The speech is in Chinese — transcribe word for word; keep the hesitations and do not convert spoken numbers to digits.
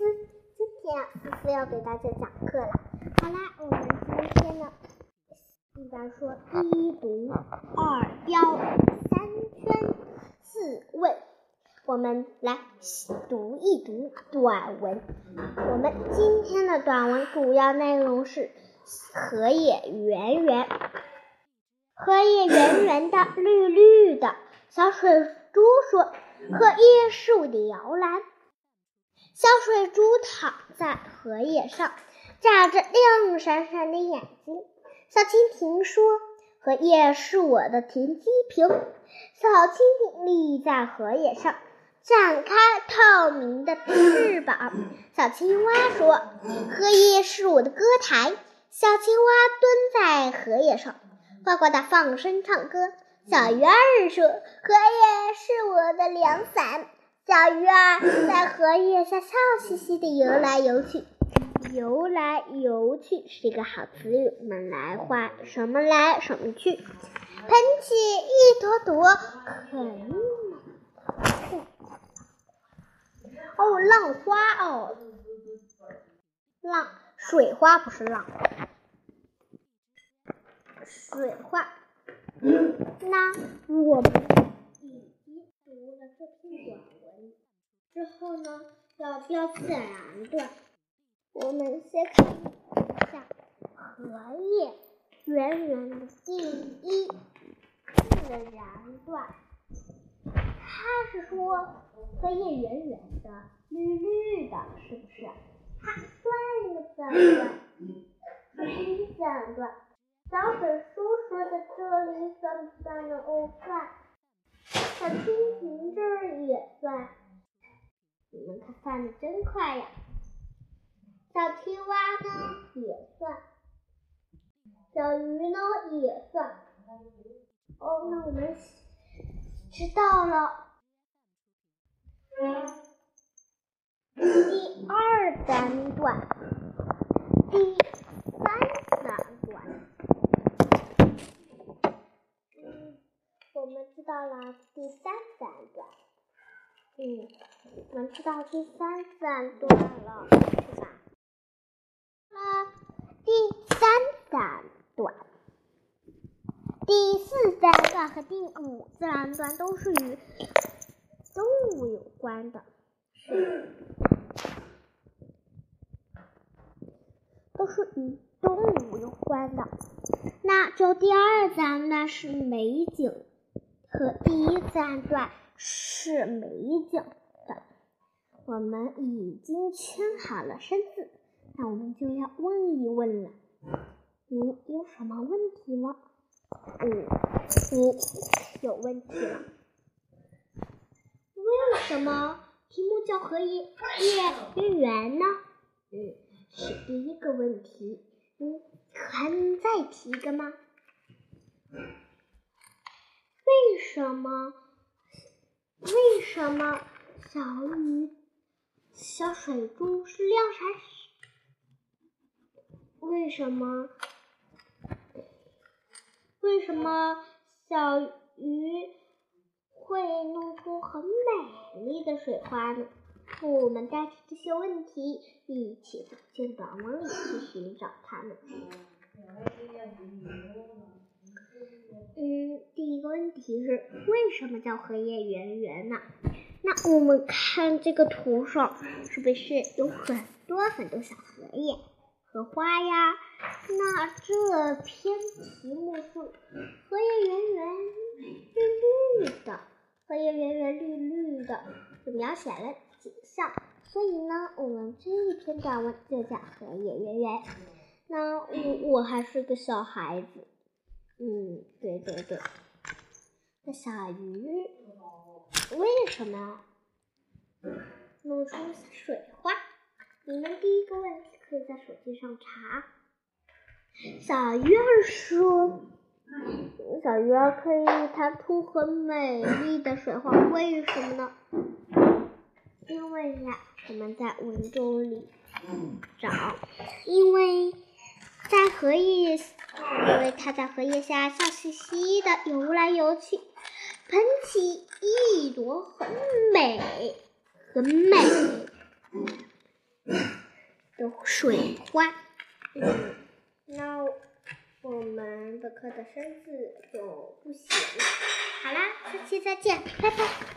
今天思思要给大家讲课了。好啦，我们今天呢，一般说一读、二标、三圈、四问。我们来读一读短文。我们今天的短文主要内容是荷叶圆圆。荷叶圆圆的，绿绿的。小水珠说：“荷叶是我的摇篮。”小水珠躺在荷叶上，眨着亮闪闪的眼睛。小蜻蜓说：“荷叶是我的停机坪。”小蜻蜓立在荷叶上，展开透明的翅膀。小青蛙说：“荷叶是我的歌台。”小青蛙蹲在荷叶上，呱呱地放声唱歌。小鱼儿说：“荷叶是我的凉伞。”小鱼儿在荷叶下笑嘻嘻地游来游去。游来游去是一个好词语，我们来画什么来什么去。喷起一朵朵很哦，浪花哦，浪水花不是浪花，水花。那我们已经读了这篇短文之后呢，要标自然段。我们先看一下荷叶圆圆的第一自然段。它是说荷叶圆圆的，绿绿的，是不是？它算一个自然段，第一自然段。小水叔说的这里算不算呢？哦，算。小蜻蜓这儿也算。你们看算的真快呀！小青蛙呢也算，小鱼呢也算。哦，那我们知道了。第二自然段，第三自然段。嗯，我们知道了第三自然段。嗯，我们知道第三自然段了，是吧？那第三自然段、第四自然段和第五自然段都是与动物有关的，是都是与动物有关的。那就第二自然段是美景，和第一自然段是美景的。我们已经圈好了生字，那我们就要问一问了。你有什么问题吗？嗯，你有问题了。为什么题目叫荷叶圆圆呢？嗯，是第一个问题。你还能再提一个吗？为什么？为什么小鱼、小水珠是亮闪？为什么？为什么小鱼会弄出很美丽的水花呢？我们带着这些问题一起走进短文里去寻找它们。嗯，第一个问题是为什么叫荷叶圆圆呢？那我们看这个图上是不是有很多很多小荷叶、荷花呀？那这篇题目是荷叶圆圆绿绿的，荷叶圆圆绿绿的，就描写了景象。所以呢，我们这一篇短文就叫荷叶圆圆。那我我还是个小孩子，嗯，对对对。那小鱼为什么弄出水花？你们第一个问题可以在手机上查。小鱼儿说，小鱼儿可以弹出很美丽的水花，为什么呢？因为呀，我们在文中里找，因为在荷叶，因为它在荷叶下笑嘻嘻的游来游去，喷起一朵很美、很美的水花。嗯，那我们本课的生字就不写了。好啦，下期再见，拜拜。